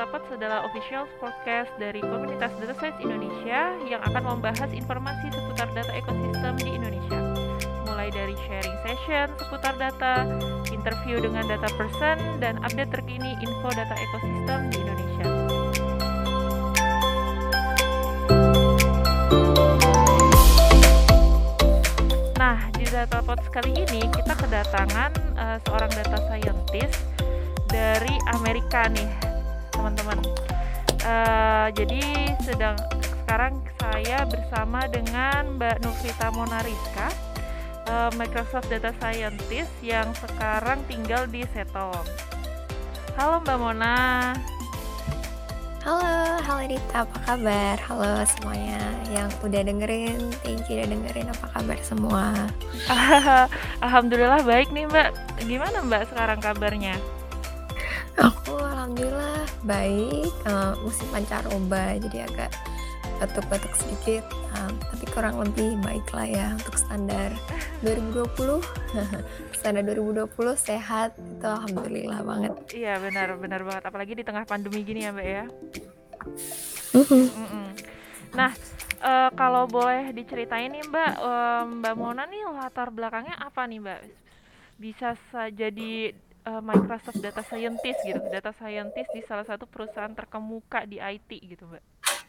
Pods adalah official podcast dari komunitas Data Science Indonesia yang akan membahas informasi seputar data ekosistem di Indonesia. Mulai dari sharing session seputar data, interview dengan data person, dan update terkini info data ekosistem di Indonesia. Nah, di Data Pods kali ini kita kedatangan seorang data scientist dari Amerika nih, teman-teman. Jadi sekarang saya bersama dengan Mbak Nufrita Monariska, Microsoft Data Scientist yang sekarang tinggal di Setom. Halo Mbak Mona. Halo Dita, apa kabar? Halo semuanya yang udah dengerin, thank you udah dengerin, apa kabar semua? Alhamdulillah baik nih Mbak. Gimana Mbak sekarang kabarnya? Aku alhamdulillah baik, musim pancaroba jadi agak batuk-batuk sedikit, tapi kurang lebih baik lah ya untuk standar 2020. Standar 2020 sehat, itu alhamdulillah banget. Iya benar banget, apalagi di tengah pandemi gini ya Mbak ya. Nah, kalau boleh diceritain nih Mbak, Mbak Mona nih latar belakangnya apa nih Mbak? Bisa jadi Microsoft Data Scientist gitu, Data Scientist di salah satu perusahaan terkemuka di IT gitu Mbak.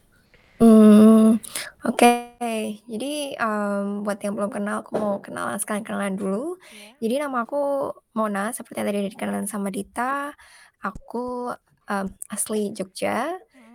Oke. Jadi, buat yang belum kenal, aku mau kenalan dulu. Iya. Jadi nama aku Mona, seperti yang tadi dikenalin sama Dita. Aku, asli Jogja,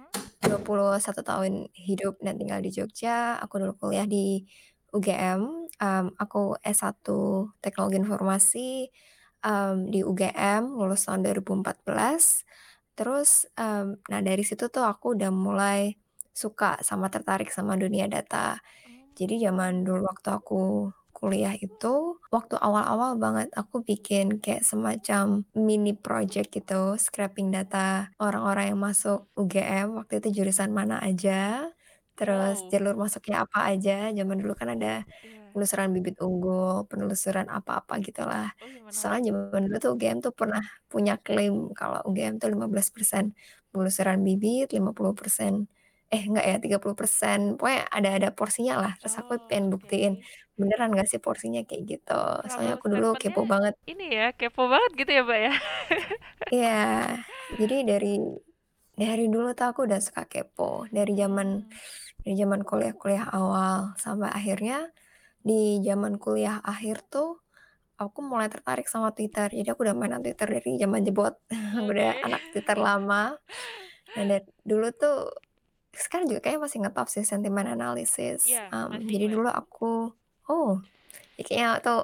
21 tahun hidup dan tinggal di Jogja. Aku dulu kuliah di UGM, aku S1 Teknologi Informasi, di UGM, lulus tahun 2014. Terus, nah dari situ tuh aku udah mulai suka sama tertarik sama dunia data. Jadi zaman dulu waktu aku kuliah itu, waktu awal-awal banget aku bikin kayak semacam mini project gitu, scraping data orang-orang yang masuk UGM, waktu itu jurusan mana aja, terus Wow. jalur masuknya apa aja, zaman dulu kan ada Iya. penelusuran bibit unggul, penelusuran apa-apa gitulah. Oh iya menarik. Soalnya zaman dulu tuh UGM tuh pernah punya klaim kalau UGM tuh 15% penelusuran bibit, 50% enggak ya 30%, pokoknya ada porsinya lah. Terus aku Oh pengen oke. buktiin, beneran nggak sih porsinya kayak gitu. Soalnya aku dulu Trouble-trouble-nya kepo banget. ini ya, kepo banget gitu ya Mbak ya. Iya, jadi dari dulu tuh aku udah suka kepo, Mm-mm. dari zaman kuliah-kuliah awal, sampai akhirnya di zaman kuliah akhir tuh, aku mulai tertarik sama Twitter. Jadi aku udah mainan Twitter dari zaman jebot, aku udah Oke. anak Twitter lama. Nah dari dulu tuh sekarang juga kayaknya masih ngetop sih sentimen analisis, Iya, masih jadi Mbak. dulu oh, ya kayaknya tuh,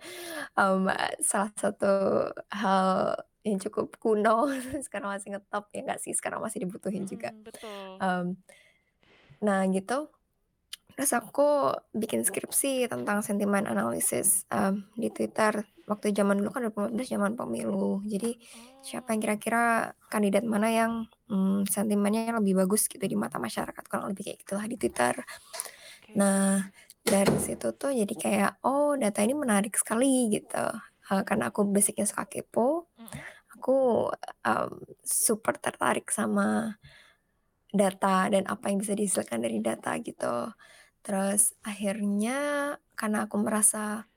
salah satu hal yang cukup kuno sekarang masih ngetop, ya nggak sih, sekarang masih dibutuhin juga. Betul. Mmm, nah gitu, terus aku bikin skripsi tentang sentimen analisis, di Twitter. Waktu zaman dulu kan 2015 zaman pemilu, jadi siapa yang Oh, kira-kira kandidat mana yang, sentimennya lebih bagus gitu di mata masyarakat, kurang lebih kayak gitulah di Twitter. oke. Nah, dari situ tuh jadi kayak, oh data ini menarik sekali gitu, karena aku basic-nya suka kepo, Mm-mm. aku, super tertarik sama data dan apa yang bisa dihasilkan dari data gitu. Terus akhirnya karena aku merasa,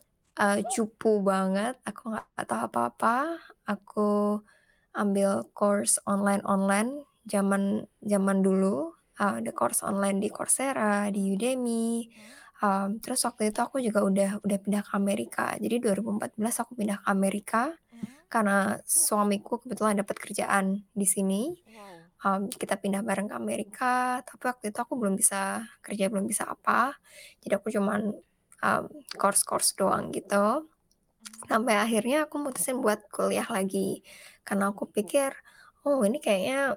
cupu banget, aku nggak tahu apa-apa, aku ambil course online-online zaman zaman dulu, ada course online di Coursera, di Udemy, terus waktu itu aku juga udah pindah ke Amerika. Jadi 2014 aku pindah ke Amerika, karena suamiku kebetulan dapat kerjaan di sini, Wow. kita pindah bareng ke Amerika, tapi waktu itu aku belum bisa kerja, belum bisa apa, jadi aku cuman, course-course doang gitu. Sampai akhirnya aku mutusin buat kuliah lagi, karena aku pikir, "Oh ini kayaknya,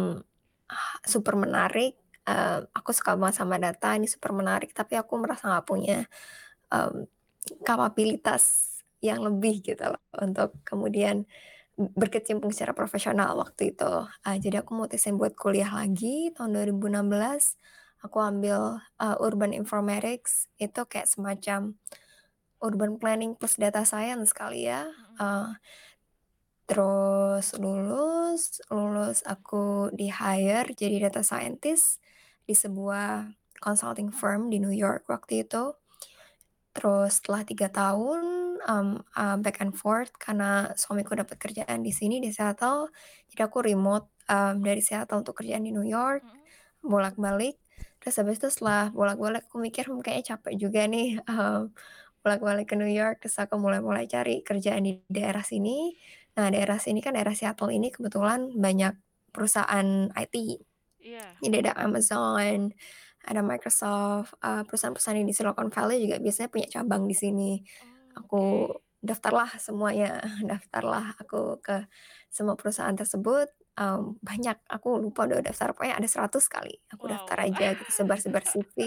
super menarik, aku suka banget sama data, ini super menarik," tapi aku merasa nggak punya, mmm, kapabilitas yang lebih gitu loh untuk kemudian berkecimpung secara profesional waktu itu. Jadi aku mutusin buat kuliah lagi tahun 2016, aku ambil, Urban Informatics, itu kayak semacam urban planning plus data science kali ya, eee, Terus lulus lulus aku di-hire jadi data scientist di sebuah consulting firm di New York waktu itu. Terus setelah 3 tahun, back and forth karena suamiku dapat kerjaan di sini di Seattle, jadi aku remote, dari Seattle untuk kerjaan di New York, Mhm. bolak-balik. Terus habis itu setelah bolak-balik aku mikir, kayaknya capek juga nih, bolak-balik ke New York, terus aku mulai cari kerjaan di daerah sini. Nah, daerah sini kan daerah Seattle ini kebetulan banyak perusahaan IT. Iya. Jadi ada Amazon, ada Microsoft, perusahaan-perusahaan yang di Silicon Valley juga biasanya punya cabang di sini. Oh, Aku oke. daftarlah semuanya, daftarlah aku ke semua perusahaan tersebut, banyak, aku lupa udah daftar, pokoknya ada 100 kali. Aku daftar Wow. aja gitu, sebar-sebar CV,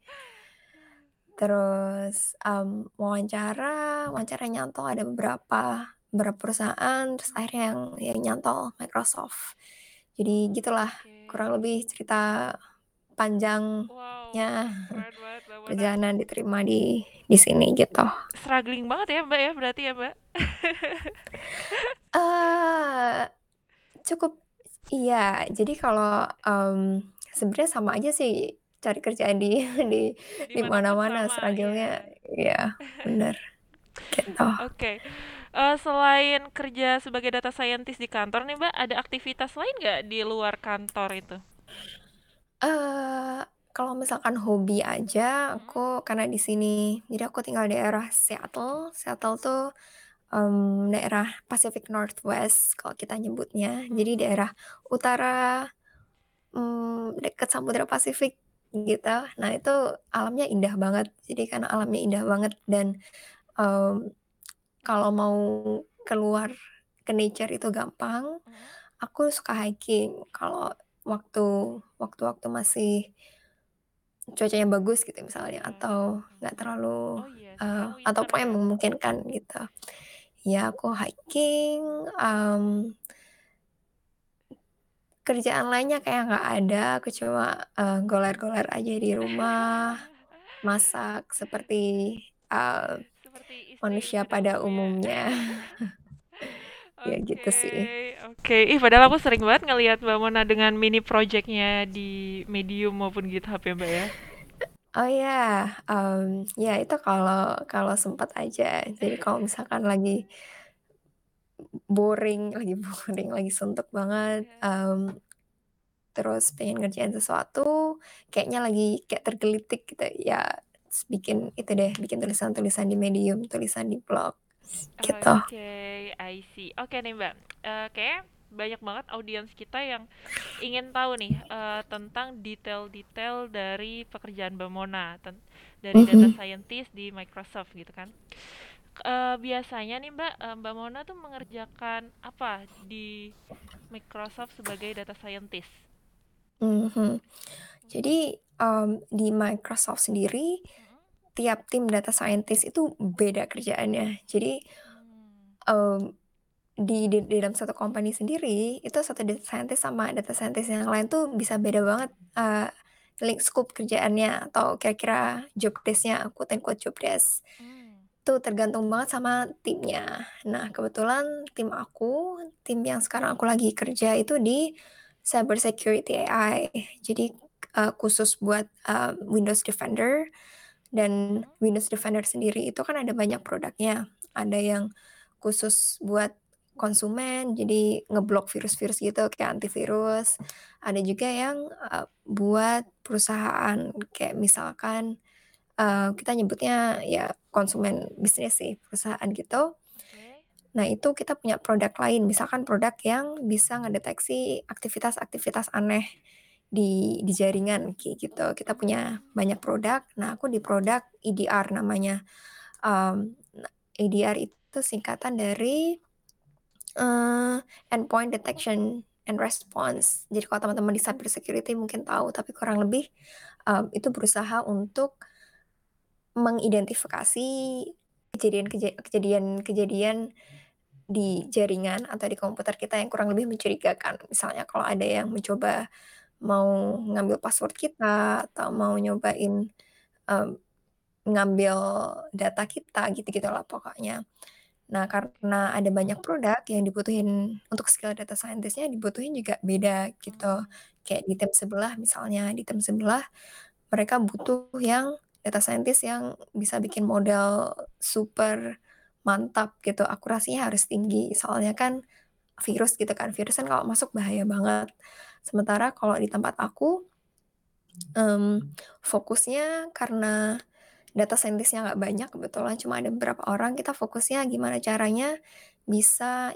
terus, wawancara nyantol ada beberapa perusahaan, terus Mhm. akhirnya yang nyantol Microsoft. Jadi gitulah Oke. kurang lebih cerita Wow, panjangnya keren banget Mbak Mona. perjalanan diterima di sini gitu. Struggling banget ya Mbak ya, berarti ya Mbak? Eee, cukup iya, jadi kalau, sebenarnya sama aja sih cari kerjaan di di Di di manapun mana-mana sama, struggle-nya iya. iya, bener, gitu. Oke. Selain kerja sebagai data scientist di kantor nih Mbak, ada aktivitas lain nggak di luar kantor itu? Eee, kalau misalkan hobi aja, Mhm. aku karena di sini jadi aku tinggal di daerah Seattle. Seattle tuh, daerah Pacific Northwest kalau kita nyebutnya. Jadi Mhm. daerah utara, dekat Samudra Pasifik gitu. Nah itu alamnya indah banget. Jadi karena alamnya indah banget dan, mmm, kalau mau keluar ke nature itu gampang, Mhm. aku suka hiking kalau waktu waktu-waktu masih cuacanya bagus gitu misalnya Iya. atau nggak Mhm. terlalu, Oh iya, sekarang atau winter pokoknya ya? memungkinkan gitu. Ya aku hiking, kerjaan lainnya kayak nggak ada, aku cuma, goler-goler aja di rumah, masak seperti, eee, Seperti istri manusia pada pada umumnya. umumnya. Ya gitu Oke, sih. oke. Ih, padahal aku sering banget ngelihat Mbak Mona dengan mini projectnya di Medium maupun GitHub ya, Mbak ya. Oh ya, ya itu kalau kalau sempat aja. Jadi kalau misalkan boring, lagi suntuk banget, Iya. terus pengen ngerjain sesuatu, kayaknya lagi kayak tergelitik gitu, ya bikin itu deh, bikin tulisan-tulisan di Medium, tulisan di blog, gitu. Oke, I see. Oke nih Mbak, kayaknya banyak banget audiens kita yang ingin tahu nih tentang detail-detail dari pekerjaan Mbak Mona, dari data Mhm, scientist di Microsoft gitu kan. Biasanya nih Mbak, Mbak Mona tuh mengerjakan apa di Microsoft sebagai data scientist? mhm. Jadi, di Microsoft sendiri, Mhm. tiap tim data scientist itu beda kerjaannya. Jadi, Hmm. mmm, di dalam satu company sendiri, itu satu data scientist sama data scientist yang lain tuh bisa beda banget, link scope kerjaannya atau kira-kira job desk-nya, quote unquote job desk. Hmm. Itu tergantung banget sama timnya. Nah, kebetulan tim yang sekarang aku lagi kerja itu di cyber security AI. Jadi, khusus buat, Windows Defender dan Mhm. Windows Defender sendiri itu kan ada banyak produknya. Ada yang khusus buat konsumen, jadi ngeblok virus-virus gitu kayak antivirus. Ada juga yang, buat perusahaan kayak misalkan, kita nyebutnya ya konsumen bisnis sih, perusahaan gitu. Oke. Nah itu kita punya produk lain, misalkan produk yang bisa ngedeteksi aktivitas-aktivitas aneh di jaringan kayak gitu. Kita punya Hmm. banyak produk, nah aku di produk EDR namanya. EDR itu singkatan dari, Endpoint Detection and Response. Jadi kalau teman-teman di cybersecurity mungkin tahu, tapi kurang lebih, itu berusaha untuk mengidentifikasi kejadian-kejadian di jaringan atau di komputer kita yang kurang lebih mencurigakan. Misalnya kalau ada yang mencoba mau ngambil password kita atau mau nyobain, mmm, ngambil data kita gitu-gitulah pokoknya. Nah, karena ada banyak produk yang dibutuhin untuk skill data scientist-nya dibutuhin juga beda gitu. Mmm, Kayak di tim sebelah misalnya, di tim sebelah mereka butuh yang data scientist yang bisa bikin model super mantap gitu, akurasinya harus tinggi. Soalnya kan virus gitu kan, virus kan kalau masuk bahaya banget. Sementara kalau di tempat aku, fokusnya karena data scientist-nya nggak banyak kebetulan cuma ada beberapa orang, kita fokusnya gimana caranya bisa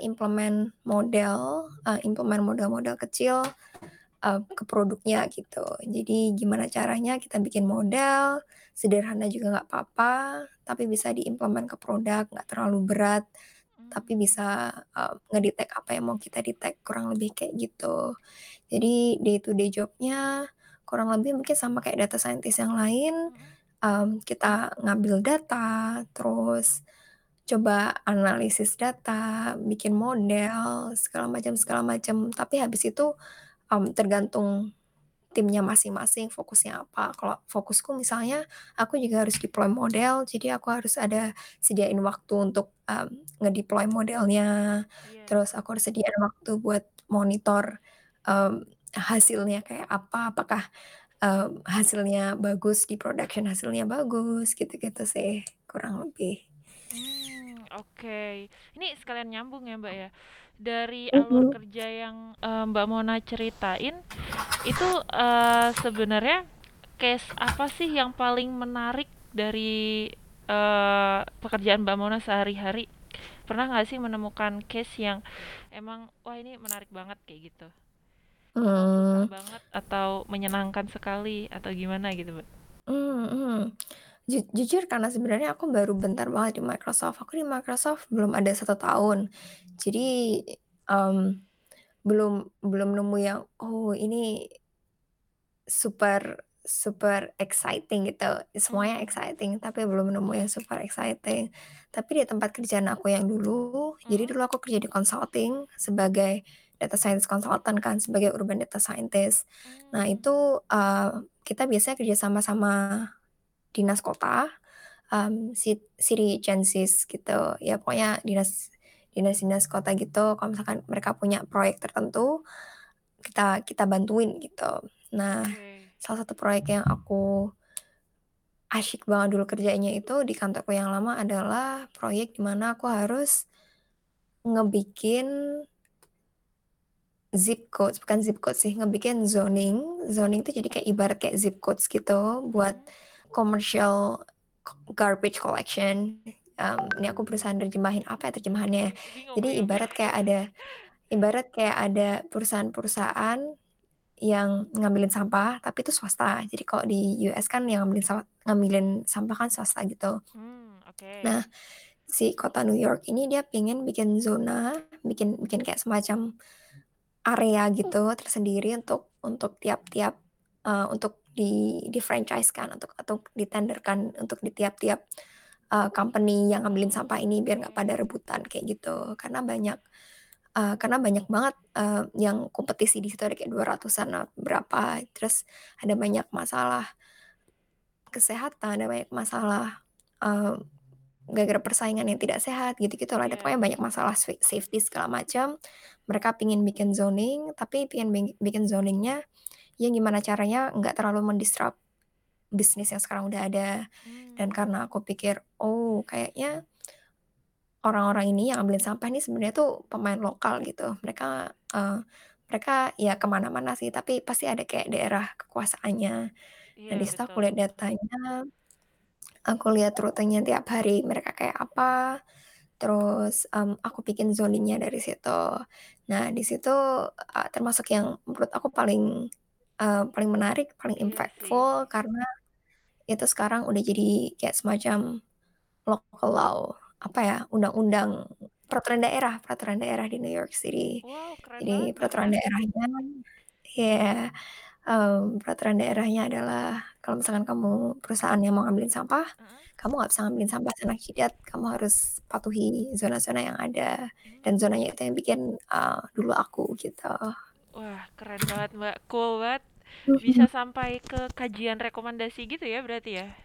implement model-model kecil, ke produknya gitu. Jadi gimana caranya kita bikin model, sederhana juga nggak apa-apa, tapi bisa diimplement ke produk, nggak terlalu berat, tapi mmm, bisa, ngedetect apa yang mau kita detect, kurang lebih kayak gitu. Jadi day to day job-nya kurang lebih mungkin sama kayak data scientist yang lain, mhm, kita ngambil data, terus coba analisis data, bikin model, segala macam. Tapi habis itu, tergantung timnya masing-masing fokusnya apa. Kalau fokusku misalnya, aku juga harus deploy model, jadi aku harus ada sediain waktu untuk, ngedeploy modelnya, iya, terus aku harus sediain waktu buat monitor, hasilnya kayak apa, apakah, hasilnya bagus, di production hasilnya bagus, gitu-gitu sih, kurang lebih. oke. Ini sekalian nyambung ya, Mbak, ya. Dari alur Mhm, kerja yang, Mbak Mona ceritain, itu, sebenarnya case apa sih yang paling menarik dari, pekerjaan Mbak Mona sehari-hari? Pernah nggak sih menemukan case yang emang, wah ini menarik banget kayak gitu? Atau susah mmm, banget, atau menyenangkan sekali, atau gimana gitu, Mbak? mhm. Jujur karena sebenarnya aku baru bentar banget di Microsoft, aku di Microsoft belum ada 1 tahun. Jadi, mmm, belum belum nemu yang, "Oh ini super super exciting," gitu, semuanya Mmm, exciting, tapi belum nemu yang super exciting. Tapi di tempat kerjaan aku yang dulu, jadi mhm, dulu aku kerja di consulting sebagai data science consultant kan, sebagai urban data scientist. Nah mmm, itu, kita biasanya kerja sama dinas kota, city agencies gitu, ya pokoknya dinas-dinas kota gitu, kalau misalkan mereka punya proyek tertentu, kita kita bantuin gitu. Nah, oke. salah satu proyek yang aku asyik banget dulu kerjanya itu di kantorku yang lama adalah proyek di mana aku harus ngebikin zip codes, bukan zip code sih, ngebikin zoning. Zoning itu jadi kayak ibarat kayak zip codes gitu buat Mhm, commercial garbage collection. Ini aku berusaha nerjemahin, apa ya terjemahannya ya? bingung Jadi bingung. ibarat kayak ada perusahaan-perusahaan yang ngambilin sampah, tapi itu swasta. Jadi kalau di US kan yang ngambilin sampah kan swasta gitu. Oke. Nah, si kota New York ini dia pengen bikin zona, bikin bikin kayak semacam area gitu tersendiri untuk tiap-tiap, untuk di-franchise-kan untuk ditenderkan untuk di tiap-tiap, company yang ngambilin sampah ini biar nggak pada rebutan kayak gitu. Karena banyak banget, yang kompetisi di situ ada kayak 200-an berapa, terus ada banyak masalah kesehatan, ada banyak masalah, eee, gara-gara persaingan yang tidak sehat gitu-gitulah, ada Iya. pokoknya banyak masalah safety segala macam. Mereka pingin bikin zoning, tapi pengen bikin zoningnya yang gimana caranya nggak terlalu bisnis yang sekarang udah ada. Dan Mmm, karena aku pikir, "Oh, kayaknya orang-orang ini yang ambilin sampah ini sebenarnya tuh pemain lokal gitu. Mereka ya ke mana-mana sih, tapi pasti ada kayak daerah kekuasaannya." Nah, iya di situ aku betul. lihat datanya, aku lihat rutenya tiap hari mereka kayak apa, terus, aku bikin zoningnya dari situ. Nah, di situ, termasuk yang menurut aku paling menarik, paling Iya sih. impactful karena itu sekarang udah jadi kayak semacam local law, apa ya, peraturan daerah di New York City. Wow, keren banget, Jadi Mbak. ya, peraturan daerahnya adalah kalau misalkan kamu perusahaan yang mau ngambilin sampah, Heeh. kamu nggak bisa ngambilin sampah sana jidat, kamu harus patuhi zona-zona yang ada, dan Mmm, zonanya itu yang bikin, dulu aku gitu. wah keren banget, Mbak, cool banget. Bisa Mhm. sampai ke kajian rekomendasi gitu ya berarti ya?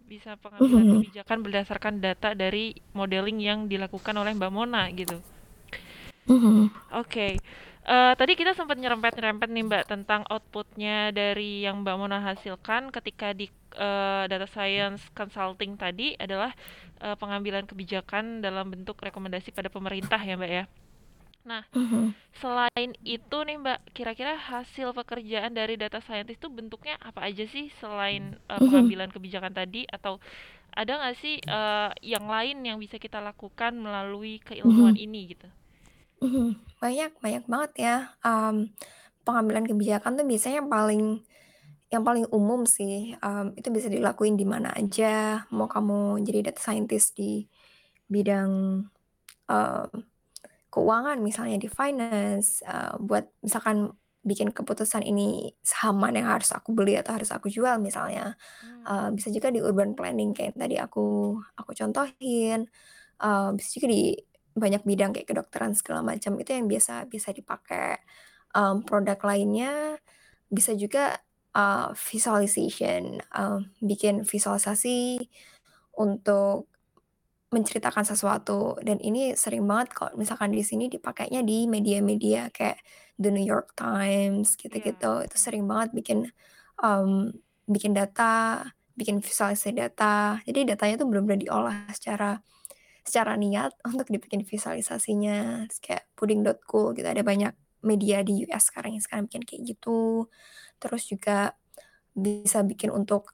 bisa pengambilan Mhm. kebijakan berdasarkan data dari modeling yang dilakukan oleh Mbak Mona gitu. Mhm. Oke, tadi kita sempat nyerempet-nyerempet nih Mbak tentang outputnya dari yang Mbak Mona hasilkan ketika di data science consulting tadi adalah pengambilan kebijakan dalam bentuk rekomendasi pada pemerintah ya Mbak ya. Nah, Mhm. selain itu nih Mbak, kira-kira hasil pekerjaan dari data scientist itu bentuknya apa aja sih selain Mhm. pengambilan kebijakan tadi, atau ada nggak sih yang lain yang bisa kita lakukan melalui keilmuan Mhm. ini gitu? Mhm. Banyak banyak banget ya, pengambilan kebijakan tuh biasanya yang paling umum sih, itu bisa dilakuin di mana aja, mau Hmm. kamu jadi data scientist di bidang, eee, keuangan misalnya di finance, buat misalkan bikin keputusan ini saham mana yang harus aku beli atau harus aku jual misalnya, Hmm. bisa juga di urban planning kayak yang tadi aku contohin, bisa juga di banyak bidang kayak kedokteran segala macam, itu yang biasa bisa dipakai. Produk lainnya bisa juga, visualization, bikin visualisasi untuk menceritakan sesuatu dan ini sering banget kalau misalkan di sini dipakainya di media-media kayak The New York Times Iya. gitu-gitu, itu sering banget mmm, bikin data, bikin visualisasi data. Jadi datanya tuh bener-bener diolah secara niat untuk dibikin visualisasinya, terus kayak Pudding.co gitu, ada banyak media di US sekarang yang sekarang bikin kayak gitu. Terus juga bisa bikin untuk,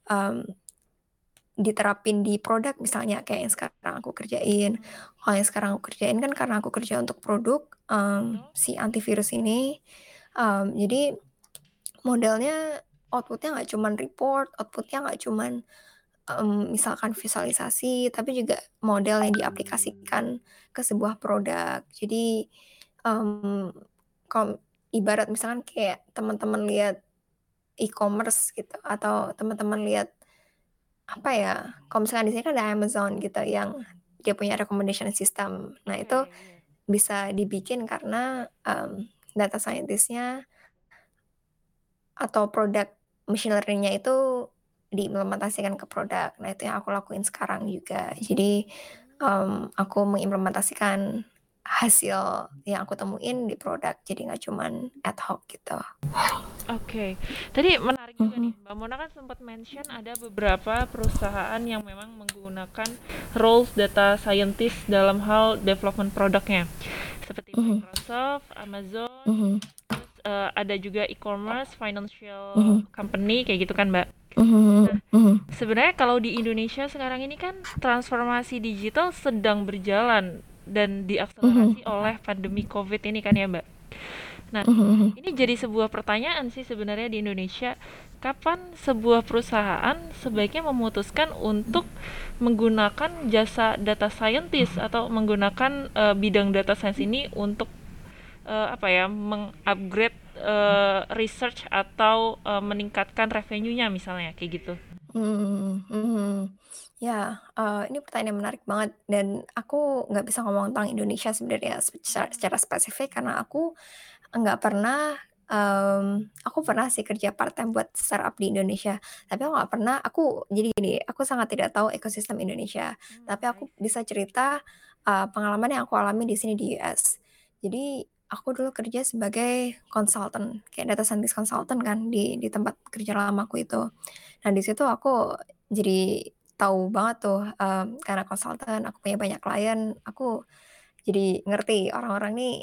diterapin di produk misalnya kayak yang sekarang aku kerjain. Hmm. Kalau yang sekarang aku kerjain kan karena aku kerja untuk produk, Betul. si antivirus ini, jadi modelnya output-nya nggak cuman report, output-nya nggak cuman, misalkan visualisasi, tapi juga model yang diaplikasikan ke sebuah produk. Jadi, mmm, kalau ibarat misalkan kayak teman-teman lihat e-commerce gitu atau teman-teman lihat apa ya, kalau misalkan di sini kan ada Amazon gitu yang dia punya recommendation system. Nah Oke, itu iya. bisa dibikin karena, data scientist-nya atau produk machine learning-nya itu diimplementasikan ke produk. Nah itu yang aku lakuin sekarang juga. Jadi, aku mengimplementasikan hasil yang aku temuin di produk, jadi nggak cuman ad hoc gitu. Oke, tadi menarik juga Mhm. nih, Mbak Mona kan sempat mention ada beberapa perusahaan yang memang menggunakan roles data scientist dalam hal development produknya, seperti Mhm. Microsoft, Amazon, Mhm. terus ada juga e-commerce, financial Mhm. company kayak gitu kan, Mbak. Nah, Mhm. Mhm. sebenarnya kalau di Indonesia sekarang ini kan transformasi digital sedang berjalan dan Mhm. diakselerasi oleh pandemi COVID ini kan ya, Mbak. Nah, Mhm. Mhm. ini jadi sebuah pertanyaan sih sebenarnya di Indonesia. Kapan sebuah perusahaan sebaiknya memutuskan untuk menggunakan jasa data scientist atau menggunakan bidang data science ini untuk apa ya, mengupgrade research atau meningkatkan revenue-nya misalnya kayak gitu. Mhm. Mhm. Ya, ini pertanyaan yang menarik banget dan aku nggak bisa ngomong tentang Indonesia sebenarnya secara spesifik karena nggak pernah, aku pernah sih kerja part-time buat startup di Indonesia, tapi aku jadi gini, aku sangat tidak tahu ekosistem Indonesia, tapi I aku see. bisa cerita, pengalaman yang aku alami di sini di US. Jadi, aku dulu kerja sebagai konsultan, kayak data scientist consultant kan di tempat kerja lamaku itu. Nah, di situ aku jadi tahu banget tuh, karena konsultan, aku punya banyak klien, aku jadi ngerti orang-orang nih,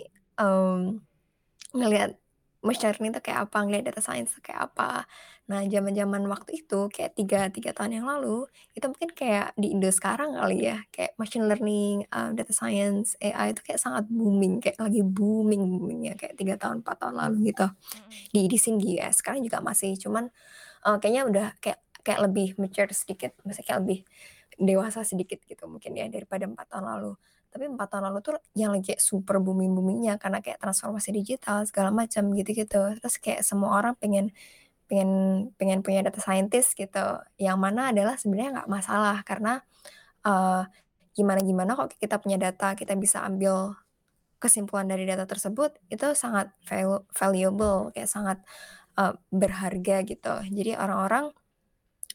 ngelihat machine learning itu kayak apa, ngelihat data science itu kayak apa. Nah, zaman-zaman waktu itu kayak tiga tahun yang lalu, itu mungkin kayak di Indo sekarang kali ya, kayak machine learning, data science, AI itu kayak sangat booming, kayak lagi booming-booming-nya kayak 3 tahun, 4 tahun lalu gitu. Mm-mm. Di sini di US, sekarang juga masih, cuman, kayaknya udah kayak kayak lebih mature sedikit, maksudnya kayak lebih dewasa sedikit gitu mungkin ya daripada 4 tahun lalu. Tapi 4 tahun lalu tuh yang lagi kayak super booming-booming-nya karena kayak transformasi digital segala macam gitu-gitu. Terus kayak semua orang pengen pengen pengen punya data scientist gitu, yang mana adalah sebenarnya nggak masalah karena, eee, gimana-gimana kok kita punya data, kita bisa ambil kesimpulan dari data tersebut, itu sangat valuable, kayak sangat, berharga gitu. Jadi orang-orang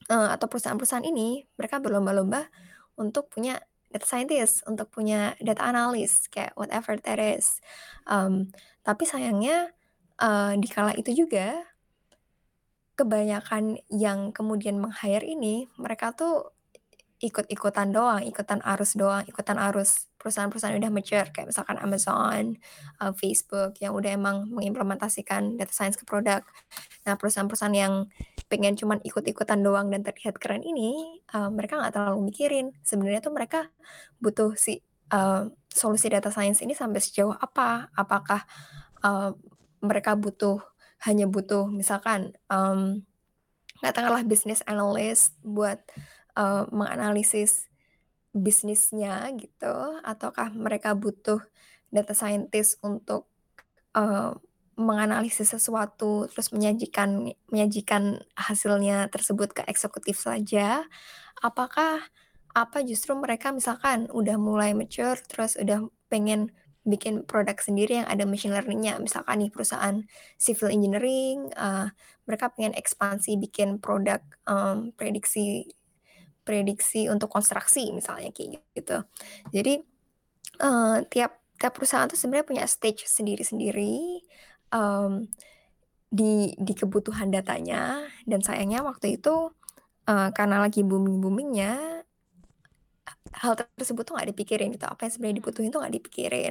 atau perusahaan-perusahaan ini mereka berlomba-lomba untuk punya data scientist, untuk punya data analis, kayak whatever that is. Mmm, tapi sayangnya, di kala itu juga kebanyakan yang kemudian meng-hire ini, mereka tuh ikut-ikutan doang, ikutan arus doang, ikutan arus perusahaan-perusahaan yang udah mature kayak misalkan Amazon, Facebook yang udah emang mengimplementasikan data science ke produk. Nah, perusahaan-perusahaan yang pengen cuman ikut-ikutan doang dan terlihat keren ini, mereka nggak terlalu mikirin, sebenarnya tuh mereka butuh solusi data science ini sampai sejauh apa. Apakah, eee, mereka hanya butuh misalkan, katakanlah business analyst buat, menganalisis bisnisnya gitu, ataukah mereka butuh data scientist untuk Eee, menganalisis sesuatu, terus menyajikan menyajikan hasilnya tersebut ke eksekutif saja? Apakah justru mereka misalkan udah mulai mature, terus udah pengen bikin produk sendiri yang ada machine learning-nya, misalkan nih perusahaan civil engineering, mereka pengen ekspansi bikin produk, prediksi prediksi untuk konstruksi misalnya kayak gitu. Jadi tiap tiap perusahaan tuh sebenarnya punya stage sendiri-sendiri, mmm, di kebutuhan datanya dan sayangnya waktu itu, karena lagi booming-booming-nya, hal tersebut tuh nggak dipikirin gitu, apa yang sebenarnya Mhm. dibutuhin tuh nggak dipikirin.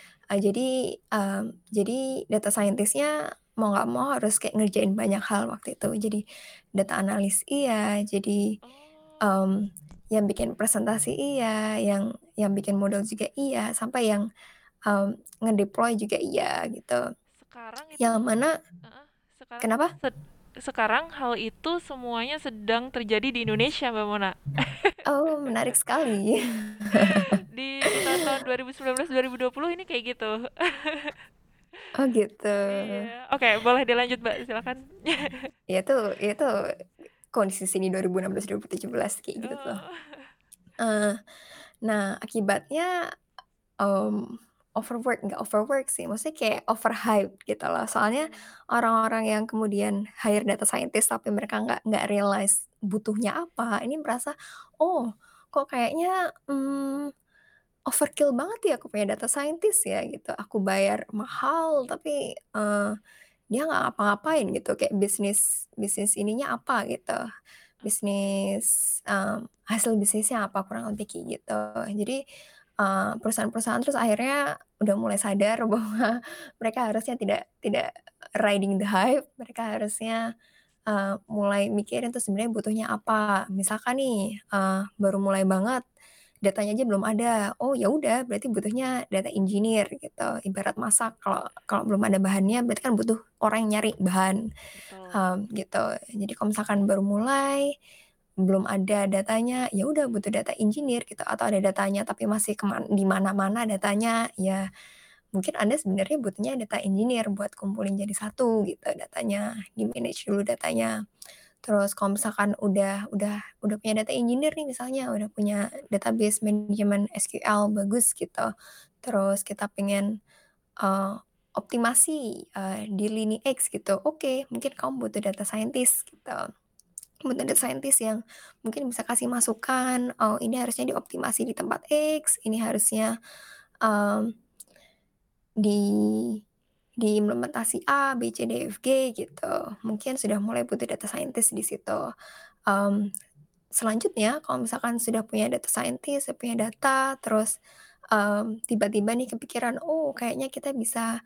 Jadi data scientist-nya mau nggak mau harus kayak ngerjain banyak hal waktu itu. Jadi data analis iya, jadi, Oh, mmm, yang bikin presentasi iya, yang bikin model juga iya, sampai yang ngedeploy juga iya gitu. sekarang itu Yang mana heeh, sekarang itu kenapa? sekarang hal itu semuanya sedang terjadi di Indonesia, Mbak Mona. Oh, menarik sekali. Di tahun-tahun 2019, 2020 ini kayak gitu. Oh gitu. Iya. Oke, boleh dilanjut, Mbak, silakan. Ya itu kondisi sini 2016, 2017 kayak gitu tuh. Oh. Eee, nah akibatnya, mmm, nggak overwork sih, maksudnya kayak overhype gitu loh. Soalnya Mhm. orang-orang yang kemudian hire data scientist tapi mereka nggak realize butuhnya apa, ini merasa, "Oh, kok kayaknya, overkill banget ya aku punya data scientist ya," gitu. Aku bayar mahal tapi, dia nggak ngapa-ngapain gitu, kayak bisnis bisnis ininya apa gitu, Oke. hasil bisnisnya apa, kurang lebih kayak gitu. Jadi, perusahaan-perusahaan terus akhirnya udah mulai sadar bahwa mereka harusnya tidak tidak riding the hype, mereka harusnya, mulai mikirin tuh sebenarnya butuhnya apa. Misalkan nih, baru mulai banget, datanya aja belum ada, oh ya udah berarti butuhnya data engineer gitu, ibarat masak kalau kalau belum ada bahannya berarti kan butuh orang yang nyari bahan, Betul. gitu. Jadi kalau misalkan baru mulai, belum ada datanya, ya udah butuh data engineer gitu, atau ada datanya tapi masih di mana-mana datanya, ya mungkin Anda sebenarnya butuhnya data engineer buat kumpulin jadi satu gitu datanya, di-manage dulu datanya. Terus kalau misalkan udah punya data engineer nih misalnya, udah punya database manajemen SQL bagus gitu, terus kita pengen, eee, optimasi, di lini X gitu, oke mungkin kamu butuh data scientist gitu. Butuh data scientist yang mungkin bisa kasih masukan, "Oh ini harusnya dioptimasi di tempat X, ini harusnya, mmm, di diimplementasi A, B, C, D, F, G," gitu. Mungkin sudah mulai butuh data scientist di situ. Mmm, Selanjutnya kalau misalkan sudah punya data scientist, sudah punya data, terus, tiba-tiba nih kepikiran, "Oh kayaknya kita bisa."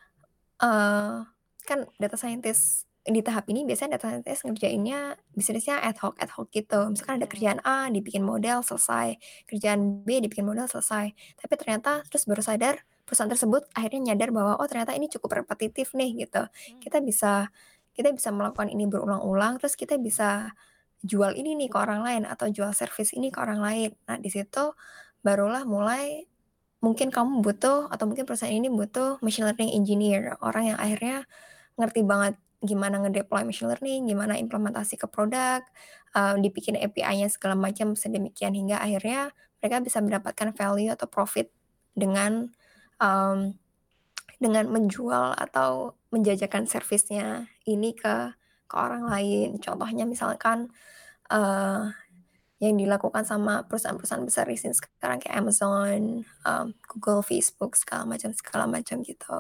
Kan data scientist di tahap ini biasanya data scientist ngerjainnya bisnisnya ad hoc gitu. Misalkan ada Betul. kerjaan A dibikin model selesai, kerjaan B dibikin model selesai. Tapi ternyata terus baru sadar perusahaan tersebut akhirnya nyadar bahwa, "Oh ternyata ini cukup repetitif nih," gitu. Mhm. Kita bisa kita bisa melakukan ini berulang-ulang, terus kita bisa jual ini nih ke orang lain atau jual service ini ke orang lain. Nah di situ barulah mulai mungkin kamu butuh atau mungkin perusahaan ini butuh machine learning engineer, orang yang akhirnya ngerti banget gimana ngedeploy machine learning, gimana implementasi ke produk, dibikin API-nya segala macam sedemikian hingga akhirnya mereka bisa mendapatkan value atau profit dengan, mmm, dengan menjual atau menjajakan servisnya ini ke orang lain. Contohnya misalkan, eee, yang dilakukan sama perusahaan-perusahaan besar di sini sekarang kayak Amazon, Google, Facebook, segala macam gitu.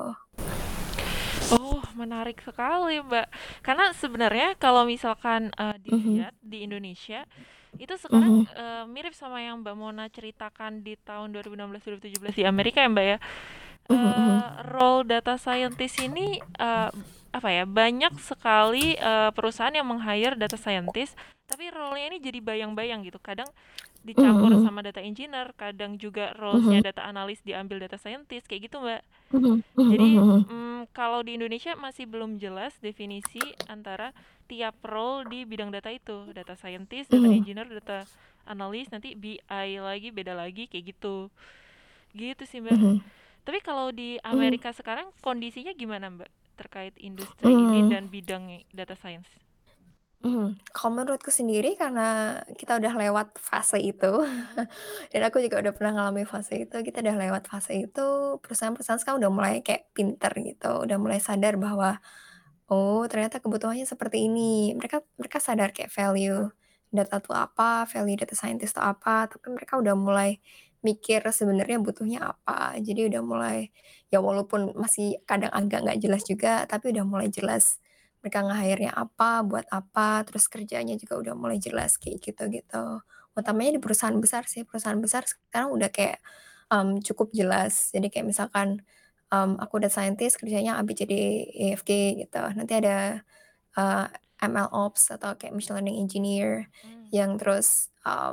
Oh, menarik sekali, Mbak. Karena sebenarnya kalau misalkan Mhm dilihat di Indonesia, itu sekarang mhm mirip sama yang Mbak Mona ceritakan di tahun 2016-2017 di Amerika ya, Mbak ya. mhm mhm Role data scientist ini apa ya, banyak sekali perusahaan yang meng-hire data scientist, tapi role-nya ini jadi bayang-bayang gitu. Kadang dicampur mhm sama data engineer, kadang juga roles-nya mhm data analis diambil data scientist, kayak gitu, Mbak. mhm mhm Jadi, mhm kalau di Indonesia masih belum jelas definisi antara tiap role di bidang data itu, data scientist, data mhm engineer, data analis, nanti BI lagi, beda lagi, kayak gitu. Gitu sih, Mbak. mhm Tapi kalau di mhm Amerika sekarang kondisinya gimana, Mbak? Terkait industri ini mhm. dan bidang data science. Kalau menurutku sendiri karena kita udah lewat fase itu, Mm-mm. dan aku juga udah pernah ngalamin fase itu, kita udah lewat fase itu, perusahaan-perusahaan sekarang udah mulai kayak pinter gitu, udah mulai sadar bahwa, oh ternyata kebutuhannya seperti ini. Mereka mereka sadar kayak value data tuh apa, value data scientist tuh apa, tapi mereka udah mulai mikir sebenarnya butuhnya apa. Jadi udah mulai, ya walaupun masih kadang agak nggak jelas juga, tapi udah mulai jelas mereka nge-hire-nya apa, buat apa, terus kerjanya juga udah mulai jelas kayak gitu-gitu. Utamanya di Hmm. perusahaan besar sih, perusahaan besar sekarang udah kayak, cukup jelas. Jadi kayak misalkan, aku data scientist kerjanya A, B, C, D, E, F, G gitu. Nanti ada, eee, MLOps atau kayak machine learning engineer Hmm. yang terus,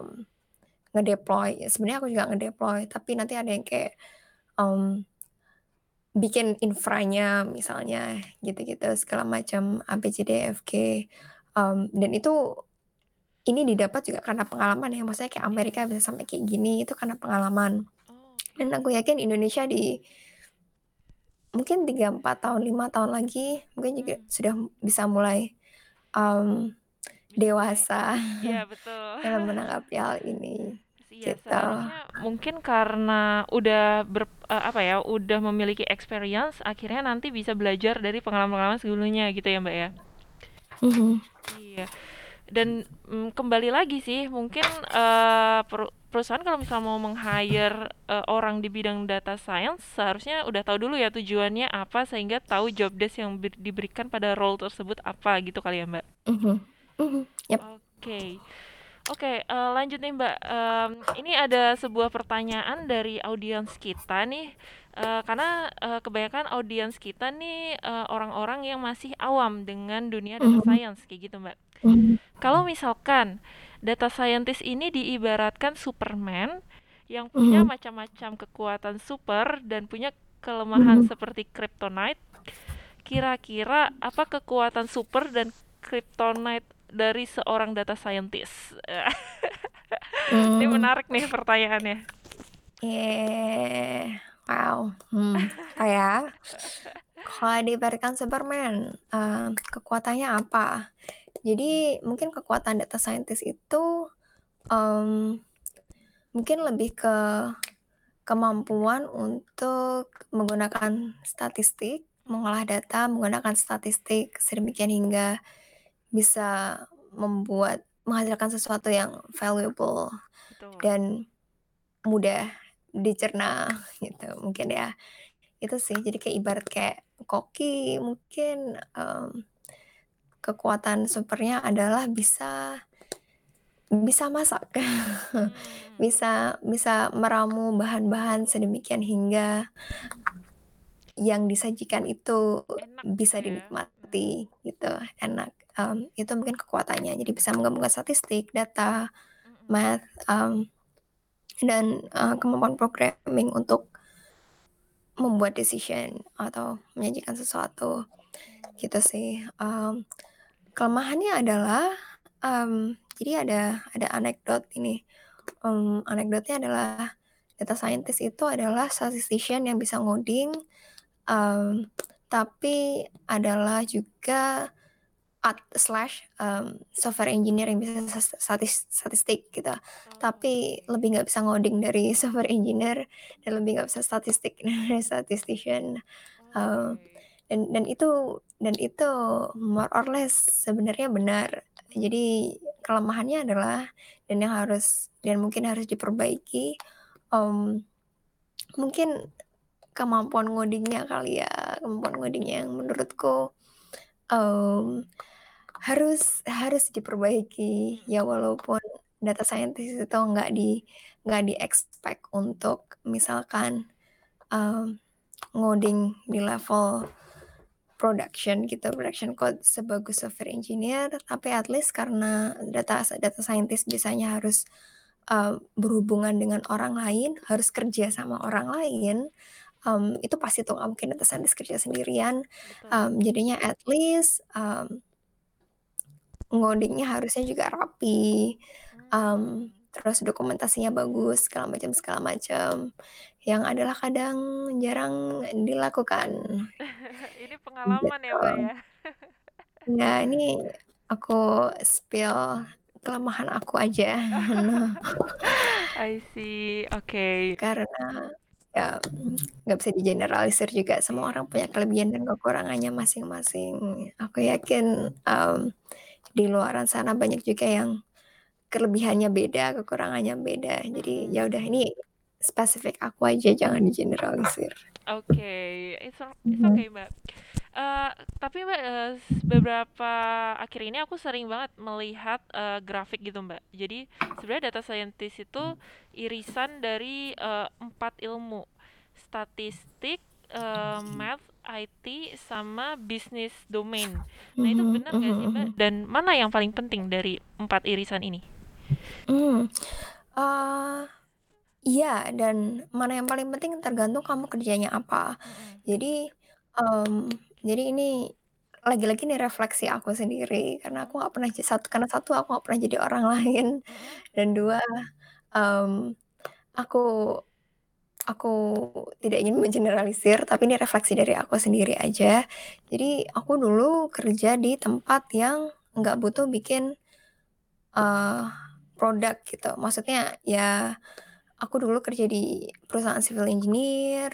ngedeploy. Sebenarnya aku juga ngedeploy, tapi nanti ada yang kayak, mmm, bikin infranya misalnya gitu-gitu segala macam A, B, C, D, E, F, G, dan itu ini didapat juga karena pengalaman ya, maksudnya kayak Iya. Amerika bisa sampai kayak gini itu karena pengalaman. Oh, Dan oke. aku yakin Indonesia di mungkin 3 4 tahun, 5 tahun lagi mungkin juga Hmm. sudah bisa mulai, mmm, Bisa mulai. dewasa Iya, betul. dalam menanggapi hal ini, Iya, gitu. seharusnya mungkin karena udah apa ya, udah memiliki experience, akhirnya nanti bisa belajar dari pengalaman-pengalaman sebelumnya gitu ya, Mbak ya. Mhm Iya. Dan kembali lagi sih, mungkin perusahaan kalau misalnya mau meng-hire orang di bidang data science, seharusnya udah tahu dulu ya tujuannya apa sehingga tahu job desk yang diberikan pada role tersebut apa gitu kali ya, Mbak. mhm mhm, yap, Oke. Oke, lanjut nih Mbak. Ini ada sebuah pertanyaan dari audiens kita nih, karena kebanyakan audiens kita nih orang-orang yang masih awam dengan dunia data mhm science kayak gitu Mbak. mhm Kalau misalkan data scientist ini diibaratkan Superman yang punya mhm macam-macam kekuatan super dan punya kelemahan mhm. seperti kryptonite, kira-kira apa kekuatan super dan kryptonite dari seorang data scientist? Ini Mmm, menarik nih pertanyaannya. wow, apa ya, kalau diibaratkan Superman, kekuatannya apa? Jadi mungkin kekuatan data scientist itu, mmm, mungkin lebih ke kemampuan untuk menggunakan statistik, Mm-mm. mengolah data menggunakan statistik sedemikian hingga bisa menghasilkan sesuatu yang valuable Betul. dan mudah dicerna gitu mungkin ya. Itu sih jadi kayak ibarat kayak koki mungkin, kekuatan supernya adalah bisa masak, Hmm, bisa bisa meramu bahan-bahan sedemikian hingga yang disajikan itu enak gitu bisa ya. Hmm. dinikmati gitu, enak, itu mungkin kekuatannya. Jadi bisa menggabungkan statistik, data, Mm-mm. math, dan, kemampuan programming untuk membuat decision atau menyajikan sesuatu, gitu sih. Kelemahannya adalah, jadi ada anekdot ini, anekdotnya adalah data scientist itu adalah statistician yang bisa ngoding, tapi adalah juga software engineer yang bisa statistik gitu. Oh, Tapi oke. lebih nggak bisa ngoding dari software engineer dan lebih nggak bisa statistik dari statistician, eee, Oke. dan itu more or less sebenarnya benar. Hmm. Jadi kelemahannya adalah dan mungkin harus diperbaiki, mmm, mungkin kemampuan ngodingnya kali ya, kemampuan ngodingnya yang menurutku, mmm, harus diperbaiki. Ya Mhm. walaupun data scientist itu nggak di-expect untuk misalkan, mmm, ngoding di level production code sebagus software engineer, tapi at least karena data scientist biasanya harus, berhubungan dengan orang lain, harus kerja sama orang lain, itu pasti tuh nggak mungkin data scientist kerja sendirian, Betul. jadinya at least, ngodingnya harusnya juga rapi, Mmm. terus dokumentasinya bagus segala macam, yang adalah kadang jarang dilakukan, Ini pengalaman ya, Mbak, gitu. ya? Nah, ini aku spill kelemahan aku aja. Nah, I see, oke. karena ya nggak bisa digeneralisir juga, semua Iya, orang punya kelebihan dan kekurangannya masing-masing. Aku yakin, di luaran sana banyak juga yang kelebihannya beda, kekurangannya beda. Jadi ya mhm. udah ini spesifik aku aja, jangan digeneralisir. Oke, it's Mhm, okay, Mbak. Eee, tapi Mbak, beberapa akhir ini aku sering banget melihat, grafik gitu, Mbak. Jadi sebenarnya data scientist itu irisan dari, 4 ilmu, statistik, math, IT, sama bisnis domain. Nah, itu mhm benar nggak mhm sih, Mbak? mhm. Dan mana yang paling penting dari 4 irisan ini? Mmm, eee Iya, dan mana yang paling penting tergantung kamu kerjanya apa. Mhm, Jadi, ini lagi-lagi nih refleksi aku sendiri, karena aku mhm, nggak pernah karena satu aku nggak pernah jadi orang lain, mhm, dan 2, mmm, aku aku tidak ingin mengeneralisir, tapi ini refleksi dari aku sendiri aja. Jadi aku dulu kerja di tempat yang nggak butuh bikin, eee, produk gitu. Maksudnya ya aku dulu kerja di perusahaan civil engineer,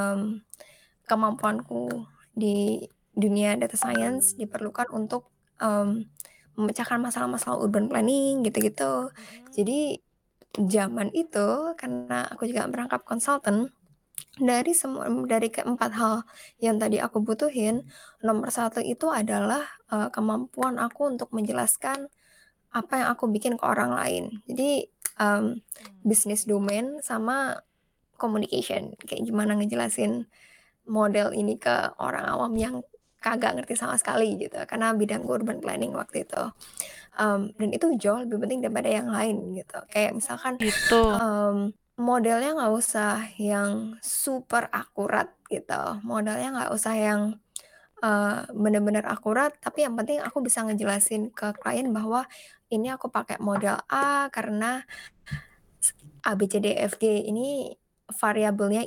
kemampuanku di dunia data science diperlukan untuk, memecahkan masalah-masalah urban planning gitu-gitu. mhm, Jadi, zaman itu karena aku juga merangkap konsultan, dari keempat hal yang tadi aku butuhin, nomor satu itu adalah, kemampuan aku untuk menjelaskan apa yang aku bikin ke orang lain. Jadi, bisnis oke. domain sama communication, kayak gimana ngejelasin model ini ke orang awam yang kagak ngerti sama sekali gitu, karena bidangku urban planning waktu itu. Dan itu jauh lebih penting daripada yang lain gitu. Kayak Oh, misalkan, gitu. modelnya nggak usah yang super akurat gitu, modelnya nggak usah yang, bener-bener akurat, tapi yang penting aku bisa ngejelasin ke klien bahwa, ini aku pakai model A karena A, B, C, D, F, G ini variabelnya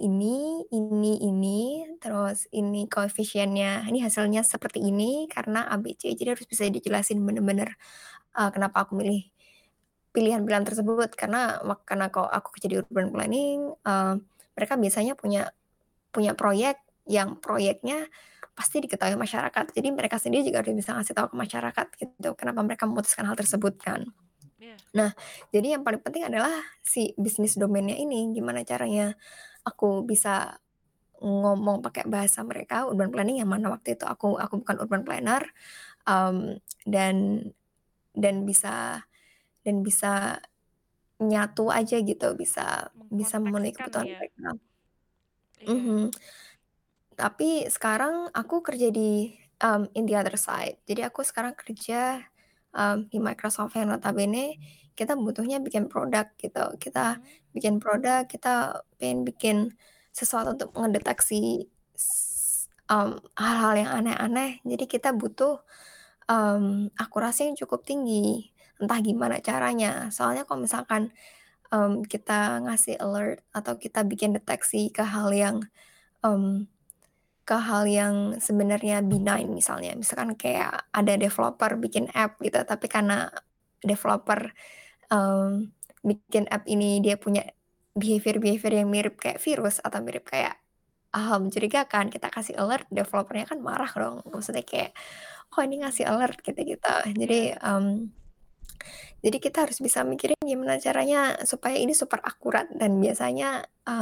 ini, terus ini koefisiennya, ini hasilnya seperti ini karena A, B, C. Jadi harus bisa dijelasin bener-bener, kenapa aku milih pilihan-pilihan tersebut karena kalau aku kerja di urban planning, mereka biasanya punya punya proyek yang proyeknya pasti diketahui masyarakat. Jadi mereka sendiri juga harus bisa ngasih tahu ke masyarakat gitu, kenapa mereka memutuskan hal tersebut kan. Iya. Nah, jadi yang paling penting adalah si bisnis domainnya ini, gimana caranya aku bisa ngomong pakai bahasa mereka, urban planning yang mana waktu itu aku bukan urban planner, mmm, dan dan bisa bisa nyatu aja gitu, bisa memenuhi Mengkontekskan kebutuhan ya. mereka. Iya. Mhm. Tapi sekarang aku kerja di, in the other side. Jadi aku sekarang kerja, di Microsoft yang notabene kita butuhnya bikin produk gitu. Kita Mhm. bikin produk, kita pengen bikin sesuatu untuk mengedeteksi hal-hal yang aneh-aneh. Jadi kita butuh, akurasi yang cukup tinggi. Entah gimana caranya. Soalnya kalau misalkan, kita ngasih alert atau kita bikin deteksi mmm ke hal yang sebenarnya benign misalnya, misalkan kayak ada developer bikin app gitu, tapi karena developer, bikin app ini dia punya behavior-behavior yang mirip kayak virus atau mirip kayak hal mencurigakan, kita kasih alert, developer-nya kan marah dong, maksudnya kayak, "Kok ini ngasih Mhm. alert?" Gitu-gitu. Jadi, Iya. Jadi kita harus bisa mikirin gimana caranya supaya ini super akurat dan biasanya,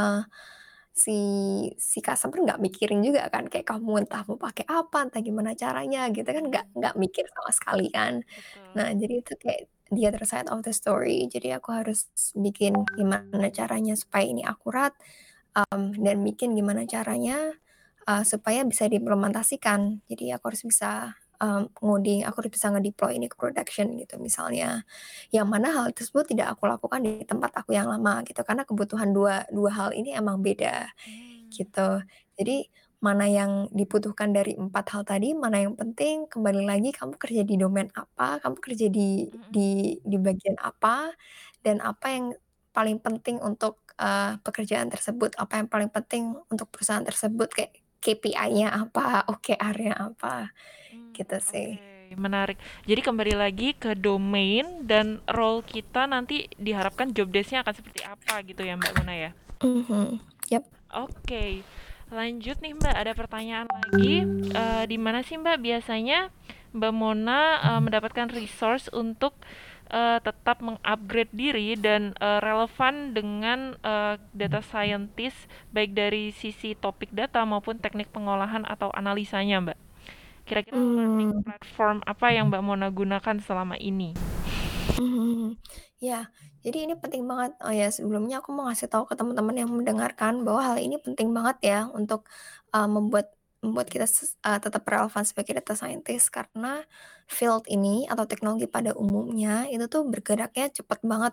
si si customer nggak mikirin juga kan, kayak kamu entah mau pakai apa, entah gimana caranya gitu kan, Mhm, nggak mikir sama sekali kan. betul. Nah, jadi itu kayak the other side of the story. Jadi aku harus bikin gimana caranya supaya ini akurat, dan bikin gimana caranya, supaya bisa diimplementasikan. Jadi aku harus bisa, ngoding, aku harus bisa ngedeploy ini ke production gitu misalnya. Yang mana hal tersebut tidak aku lakukan di tempat aku yang lama gitu, karena kebutuhan dua dua hal ini emang beda. Mmm, Gitu. Jadi, mana yang dibutuhkan dari 4 hal tadi, mana yang penting, kembali lagi kamu kerja di domain apa, kamu kerja mhm, di bagian apa, dan apa yang paling penting untuk, pekerjaan tersebut, apa yang paling penting untuk perusahaan tersebut, kayak KPI-nya apa, OKR-nya apa, gitu oke, sih. menarik. Jadi kembali lagi ke domain dan role kita nanti diharapkan job desk-nya akan seperti apa gitu ya, Mbak Mona ya? Mhm, yap. Oke, lanjut nih Mbak, ada pertanyaan lagi. Di mana sih Mbak biasanya Mbak Mona mendapatkan resource untuk tetap mengupgrade diri dan relevan dengan data scientist baik dari sisi topik data maupun teknik pengolahan atau analisanya Mbak? Kira-kira learning Mmm. platform apa yang Mbak Mona gunakan selama ini? Mhm. Ya, jadi ini penting banget. Oh ya, sebelumnya aku mau ngasih tahu ke teman-teman yang mendengarkan bahwa hal ini penting banget ya untuk, membuat membuat kita tetap relevan sebagai data scientist karena field ini atau teknologi pada umumnya itu tuh bergeraknya cepet banget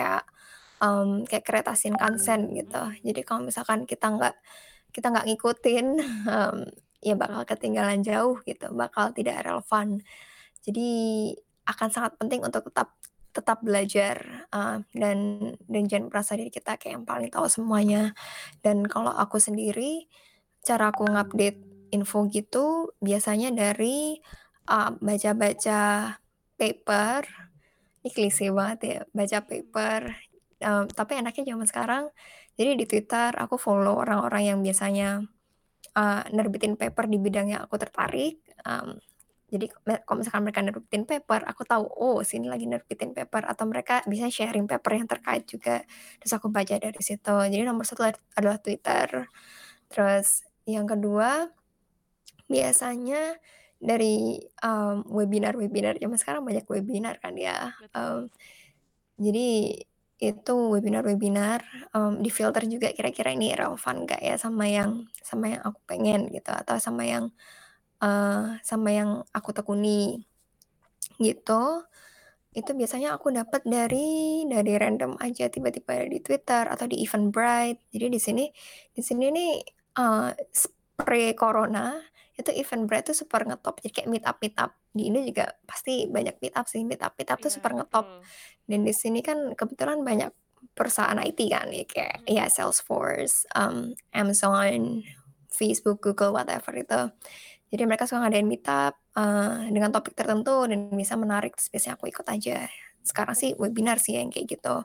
kayak kereta Shinkansen gitu. Jadi kalau misalkan kita nggak ngikutin, ya bakal ketinggalan jauh gitu, bakal tidak relevan. Jadi akan sangat penting untuk tetap tetap belajar, dan jangan merasa diri kita kayak yang paling tahu semuanya. Dan kalau aku sendiri, cara aku ngupdate info gitu biasanya dari, baca-baca paper, ini klise banget ya, baca paper, tapi enaknya zaman sekarang, jadi di Twitter aku follow orang-orang yang biasanya nerbitin paper di bidang yang aku tertarik, jadi kalau misalkan mereka nerbitin paper, aku tahu, oh sini lagi nerbitin paper atau mereka bisa sharing paper yang terkait juga, terus aku baca dari situ. Jadi nomor satu adalah Twitter, terus yang kedua biasanya dari, webinar-webinar zaman sekarang banyak webinar kan ya, Betul. jadi itu webinar-webinar, difilter juga kira-kira ini relevan nggak ya sama yang aku pengen gitu atau sama yang aku tekuni gitu. Itu biasanya aku dapat dari random aja tiba-tiba di Twitter atau di Eventbrite. Jadi di sini nih, pre-corona itu Eventbrite tuh super ngetop, jadi kayak meet up. Di Indo juga pasti banyak meet-up sih, meet up tuh Iya, super ngetop. betul. Dan di sini kan kebetulan banyak perusahaan IT kan ya, kayak ya Salesforce, Amazon, Facebook, Google, whatever itu. Jadi mereka suka ngadain meet-up, dengan topik tertentu dan bisa menarik, terus biasanya aku ikut aja. Sekarang sih webinar sih yang kayak gitu.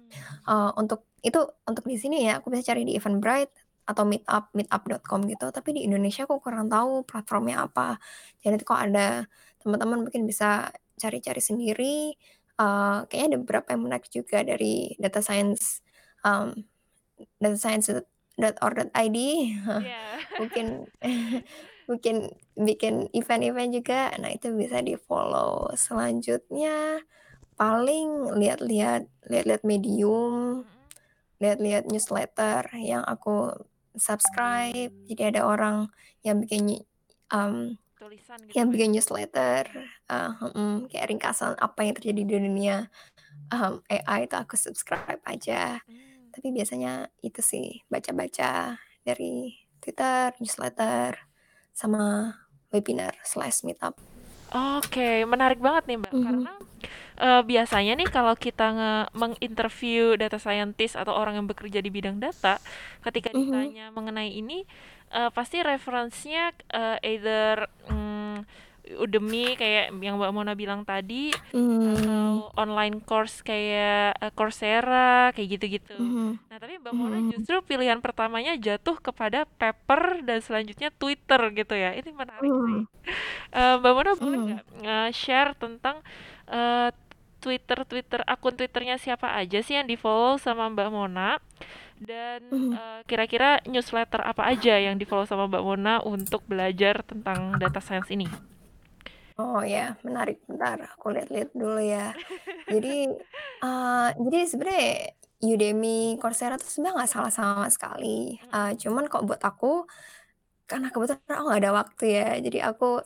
Untuk di sini ya, aku bisa cari di Eventbrite atau meetup.com gitu, tapi di Indonesia aku kurang tahu platformnya apa. Jadi nanti kalau ada teman-teman mungkin bisa cari-cari sendiri, kayaknya ada beberapa yang menarik juga dari mmm, datascience.org.id, Iya. mungkin mungkin bikin event-event juga, nah itu bisa di-follow. Selanjutnya paling lihat-lihat Medium, Mhm. lihat-lihat newsletter yang aku subscribe. Jadi ada orang yang mmm, Tulisan gitu yang Mbak ya? bikin newsletter, kayak ringkasan apa yang terjadi di dunia, AI itu aku subscribe aja. Mmm. Tapi biasanya itu sih, baca-baca dari Twitter, newsletter, sama webinar/meetup. Oke, menarik banget nih Mbak, Mhm, karena biasanya nih kalau kita menginterview data scientist atau orang yang bekerja di bidang data, ketika mhm, ditanya mengenai ini, pasti referensinya either Udemy kayak yang Mbak Mona bilang tadi, mmm, atau online course kayak Coursera kayak gitu-gitu. mhm, Nah, tapi Mbak Mona mhm, justru pilihan pertamanya jatuh kepada paper dan selanjutnya Twitter gitu ya. Ini menarik sih. mhm, Mbak Mona boleh mhm, nggak share tentang eh, akun Twitternya siapa aja sih yang di-follow sama Mbak Mona? Dan Mhm. kira-kira newsletter apa aja yang di-follow sama Mbak Mona untuk belajar tentang data science ini? Oh ya, menarik. Bentar, aku lihat-lihat dulu ya. Jadi, jadi sebenarnya Udemy, Coursera tuh sebenarnya nggak salah sama sekali. Mm-mm. Cuman kok buat aku, karena kebetulan aku nggak ada waktu ya, jadi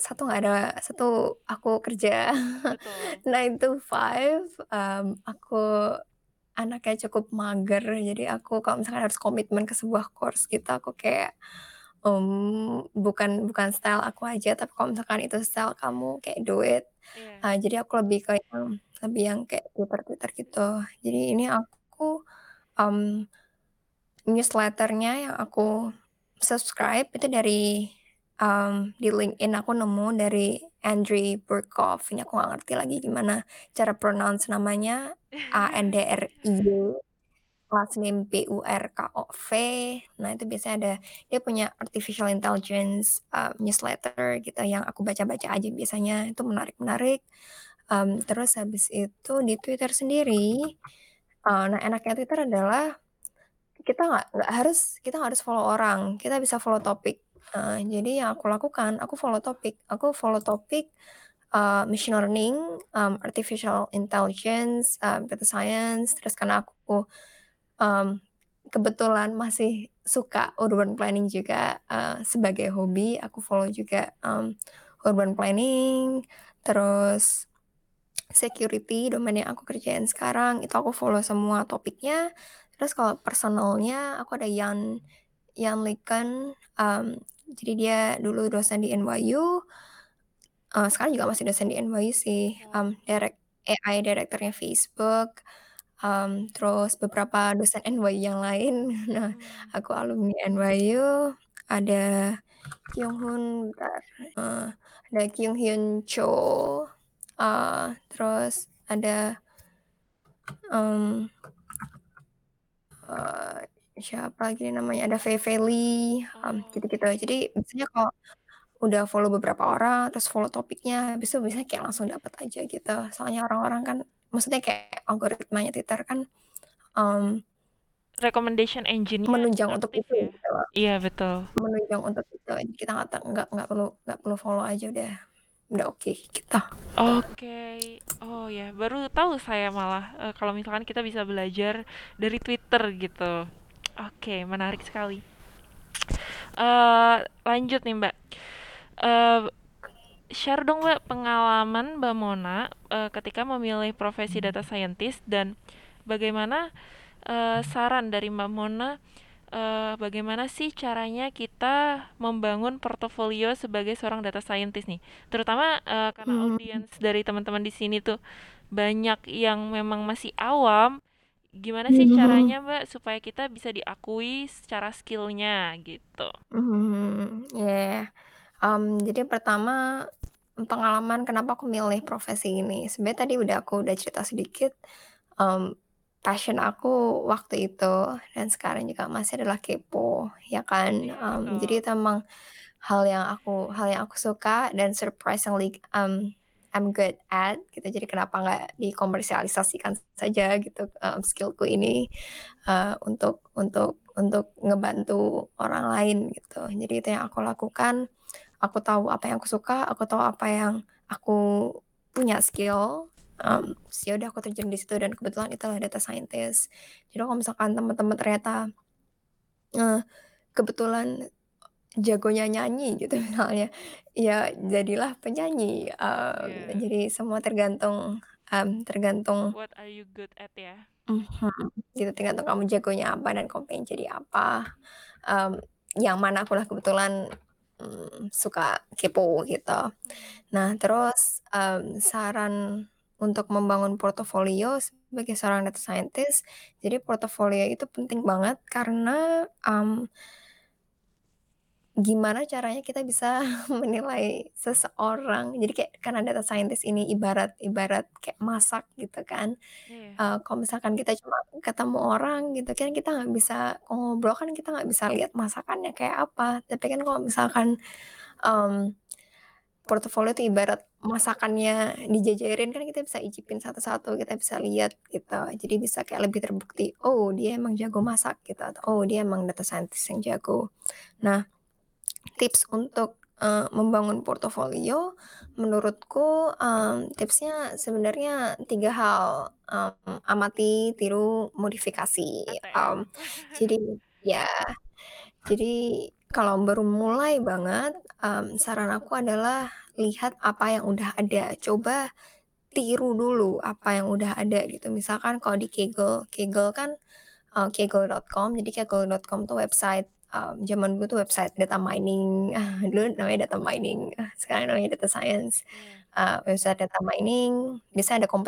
satu aku kerja Betul. 9 to 5, aku anaknya cukup mager, jadi aku kalau misalkan harus komitmen ke sebuah course gitu, aku kayak, bukan bukan style aku aja, tapi kalau misalkan itu style kamu, kayak do it. Iya. Jadi aku lebih yang kayak Twitter-Twitter gitu. Jadi ini aku, mmm, newsletter-nya yang aku subscribe itu di LinkedIn aku nemu dari Andrew Burkhoff, ini aku nggak ngerti lagi gimana cara pronounce namanya, Andrew, last name Burkov. Nah, itu biasanya dia punya artificial intelligence, newsletter gitu yang aku baca-baca aja biasanya, itu menarik-menarik. Terus habis itu di Twitter sendiri, nah enaknya Twitter adalah kita nggak harus follow orang, kita bisa follow topik. Jadi yang aku lakukan, aku follow topik, machine learning, artificial intelligence, data science, terus karena aku, mmm, kebetulan masih suka urban planning juga, sebagai hobi, aku follow juga, urban planning, terus security, domain yang aku kerjain sekarang, itu aku follow semua topiknya. Terus kalau personalnya, aku ada Jan LeCun, jadi dia dulu dosen di NYU, sekarang juga masih dosen di NYU sih, Wow. AI direkturnya Facebook, terus beberapa dosen NYU yang lain. Nah, Mm-mm. aku alumni NYU, ada bentar, ada Kyung Hyun Cho, terus ada, mmm, eee, siapa lagi namanya, ada Fei Lee, Oh, gitu-gitu. oke. Jadi biasanya kalau udah follow beberapa orang, terus follow topiknya, habis itu biasanya kayak langsung dapet aja gitu. Soalnya orang-orang kan maksudnya kayak algoritmanya Twitter kan, mmm, Recommendation engine-nya menunjang untuk aktif itu ya? gitu loh, Iya, betul. menunjang untuk itu. Kita nggak perlu follow aja udah oke gitu. Oke. Oh ya, baru tahu saya malah kalau misalkan kita bisa belajar dari Twitter gitu. Oke, menarik sekali. Lanjut nih, Mbak. Eh, Share dong, Mbak, pengalaman Mbak Mona ketika memilih profesi data scientist dan bagaimana saran dari Mbak Mona bagaimana sih caranya kita membangun portofolio sebagai seorang data scientist nih? Terutama karena Mmm, audiens dari teman-teman di sini tuh banyak yang memang masih awam. Gimana sih mhm, caranya Mbak supaya kita bisa diakui secara skillnya gitu? iya. Jadi pertama, pengalaman kenapa aku milih profesi ini. Sebenarnya tadi aku udah cerita sedikit, mmm, passion aku waktu itu dan sekarang juga masih adalah kepo, ya kan. Iya Jadi betul. itu emang hal yang aku suka dan surprisingly, I'm good at gitu. Jadi kenapa nggak dikomersialisasikan saja gitu, skill-ku ini, untuk ngebantu orang lain gitu. Jadi itu yang aku lakukan. Aku tahu apa yang aku suka, aku tahu apa yang aku punya skill, terus ya udah aku terjun di situ dan kebetulan itulah data scientist. Jadi kalau misalkan teman-teman ternyata, eee, kebetulan jagonya nyanyi gitu misalnya, ya jadilah penyanyi, Iya. jadi semua tergantung What are you good at ya? mhm, gitu tergantung kamu jagonya apa dan kamu pengen jadi apa, mmm, yang mana akulah kebetulan, suka kepo gitu. Mm-mm. Nah terus, saran untuk membangun portofolio sebagai seorang data scientist, jadi portofolio itu penting banget karena, gimana caranya kita bisa menilai seseorang. Jadi kayak karena data scientist ini ibarat ibarat kayak masak gitu kan, Iya. kalau misalkan kita cuma ketemu orang gitu kan kita nggak bisa ngobrol kan kita nggak bisa lihat masakannya kayak apa. Tapi kan kalau misalkan, mmm portofolio itu ibarat masakannya dijajarin kan kita bisa icipin satu-satu, kita bisa lihat gitu. Jadi bisa kayak lebih terbukti, oh dia emang jago masak gitu, atau oh dia emang data scientist yang jago. Nah, tips untuk, membangun portofolio menurutku, tipsnya sebenarnya 3 hal, amati, tiru, modifikasi, ATM. jadi ya, jadi kalau baru mulai banget, saran aku adalah lihat apa yang udah ada, coba tiru dulu apa yang udah ada gitu. Misalkan kalau di Kaggle, Kaggle kan Kaggle.com. Jadi Kaggle.com tuh website, zaman dulu tuh website data mining, dulu namanya data mining, sekarang namanya data science. Iya. Website data mining, biasanya ada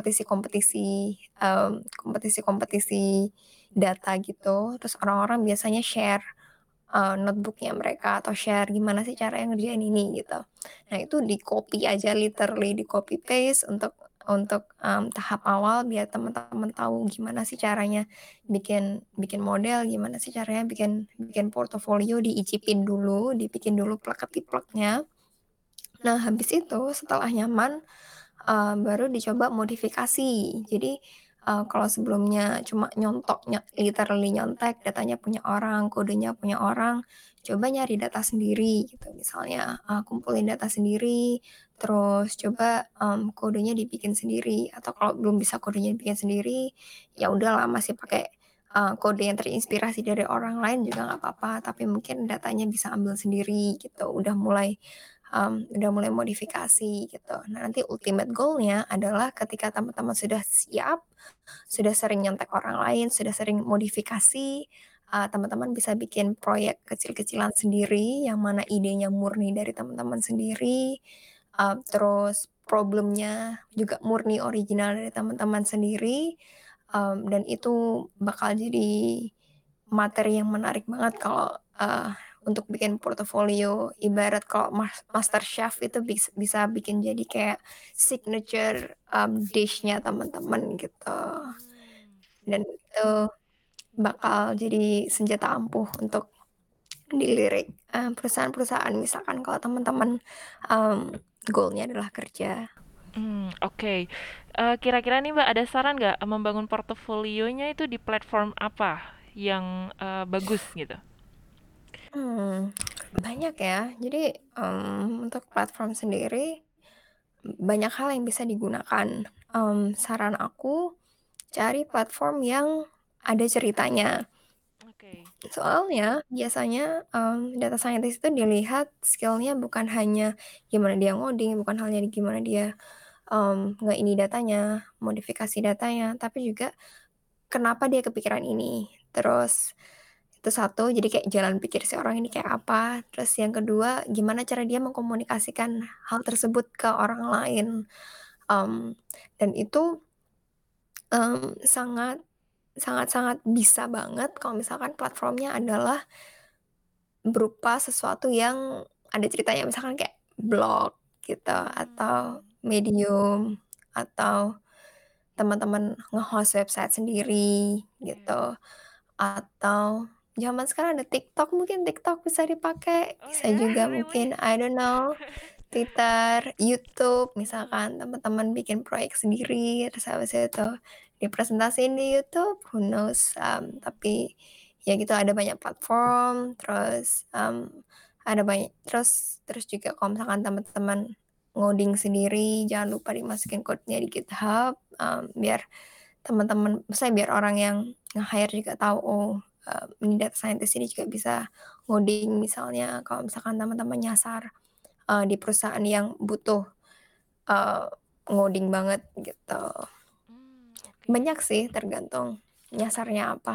kompetisi-kompetisi data gitu, terus orang-orang biasanya share, notebook-nya mereka atau share gimana sih caranya ngerjain ini gitu. Nah itu di-copy aja, literally di-copy paste untuk tahap awal biar teman-teman tahu gimana sih caranya bikin bikin model, gimana sih caranya bikin bikin portofolio, diicipin dulu, dibikin dulu plek-ketipleknya. Nah habis itu setelah nyaman, baru dicoba modifikasi. Jadi, kalau sebelumnya cuma literally nyontek, datanya punya orang, kodenya punya orang, coba nyari data sendiri gitu. Misalnya, kumpulin data sendiri, terus coba, kodenya dibikin sendiri, atau kalau belum bisa kodenya dibikin sendiri, ya udahlah masih pakai, kode yang terinspirasi dari orang lain juga nggak apa-apa, tapi mungkin datanya bisa ambil sendiri gitu. Udah mulai modifikasi gitu. Nah, nanti ultimate goal-nya adalah ketika teman-teman sudah siap, sudah sering nyontek orang lain, sudah sering modifikasi, teman-teman bisa bikin proyek kecil-kecilan sendiri yang mana idenya murni dari teman-teman sendiri, terus problemnya juga murni original dari teman-teman sendiri, dan itu bakal jadi materi yang menarik banget kalau, untuk bikin portofolio. Ibarat kalau master chef itu bisa bikin jadi kayak signature, dish-nya teman-teman gitu. Hmm. Dan itu bakal jadi senjata ampuh untuk dilirik, perusahaan-perusahaan misalkan kalau teman-teman, goal-nya adalah kerja. Oke. Kira-kira nih Mbak, ada saran nggak membangun portofolionya itu di platform apa yang bagus gitu? Banyak ya. Jadi, untuk platform sendiri banyak hal yang bisa digunakan. Saran aku cari platform yang ada ceritanya. Oke. Soalnya biasanya, data scientist itu dilihat skill-nya bukan hanya gimana dia ngoding, bukan hanya gimana dia, ini datanya, modifikasi datanya, tapi juga kenapa dia kepikiran ini. Terus itu satu, jadi kayak jalan pikir si orang ini kayak apa. Terus yang kedua, gimana cara dia mengkomunikasikan hal tersebut ke orang lain. Mmm, dan itu, sangat sangat-sangat bisa banget kalau misalkan platformnya adalah berupa sesuatu yang ada ceritanya, misalkan kayak blog gitu, atau Hmm. Medium, atau teman-teman nge-host website sendiri Iya. gitu, atau zaman sekarang ada TikTok, mungkin TikTok bisa dipakai, Oh bisa ya, juga really? mungkin I don't know, Twitter, YouTube, misalkan teman-teman bikin proyek sendiri, terus habis itu dipresentasiin di YouTube, who knows, tapi ya gitu ada banyak platform, terus, ada banyak terus juga kalau misalkan teman-teman ngoding sendiri, jangan lupa dimasukin code-nya di GitHub, biar teman-teman maksudnya biar orang yang nge-hire juga tahu, oh, ini data scientist ini juga bisa ngoding misalnya kalau misalkan teman-teman nyasar, di perusahaan yang butuh, eee, ngoding banget gitu. Oke. Banyak sih tergantung nyasarnya apa.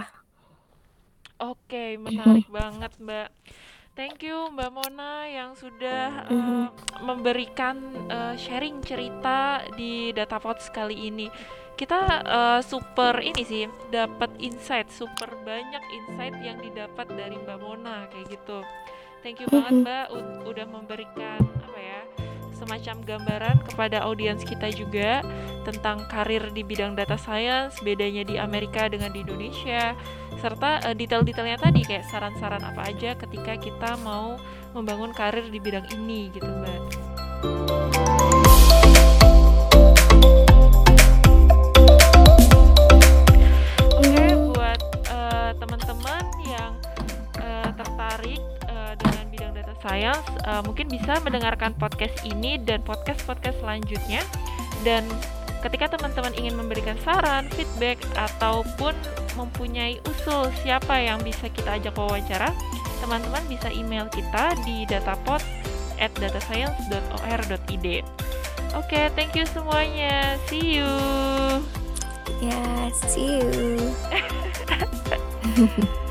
Oke, Mhm, menarik banget, Mbak. Thank you Mbak Mona yang sudah mhm, memberikan sharing cerita di DataPods kali ini. Kita super ini sih, dapat insight, super banyak insight yang didapat dari Mbak Mona kayak gitu. Thank you banget mhm. Mbak udah memberikan apa ya, semacam gambaran kepada audiens kita juga tentang karir di bidang data science, bedanya di Amerika dengan di Indonesia, serta detail-detailnya tadi kayak saran-saran apa aja ketika kita mau membangun karir di bidang ini gitu Mbak. Oke, buat teman-teman yang tertarik dengan bidang data science, mungkin bisa mendengarkan podcast ini dan podcast-podcast selanjutnya. Dan ketika teman-teman ingin memberikan saran, feedback, ataupun mempunyai usul siapa yang bisa kita ajak wawancara, teman-teman bisa email kita di datapod@datascience.or.id. Oke, thank you semuanya. See you. Ya, see you.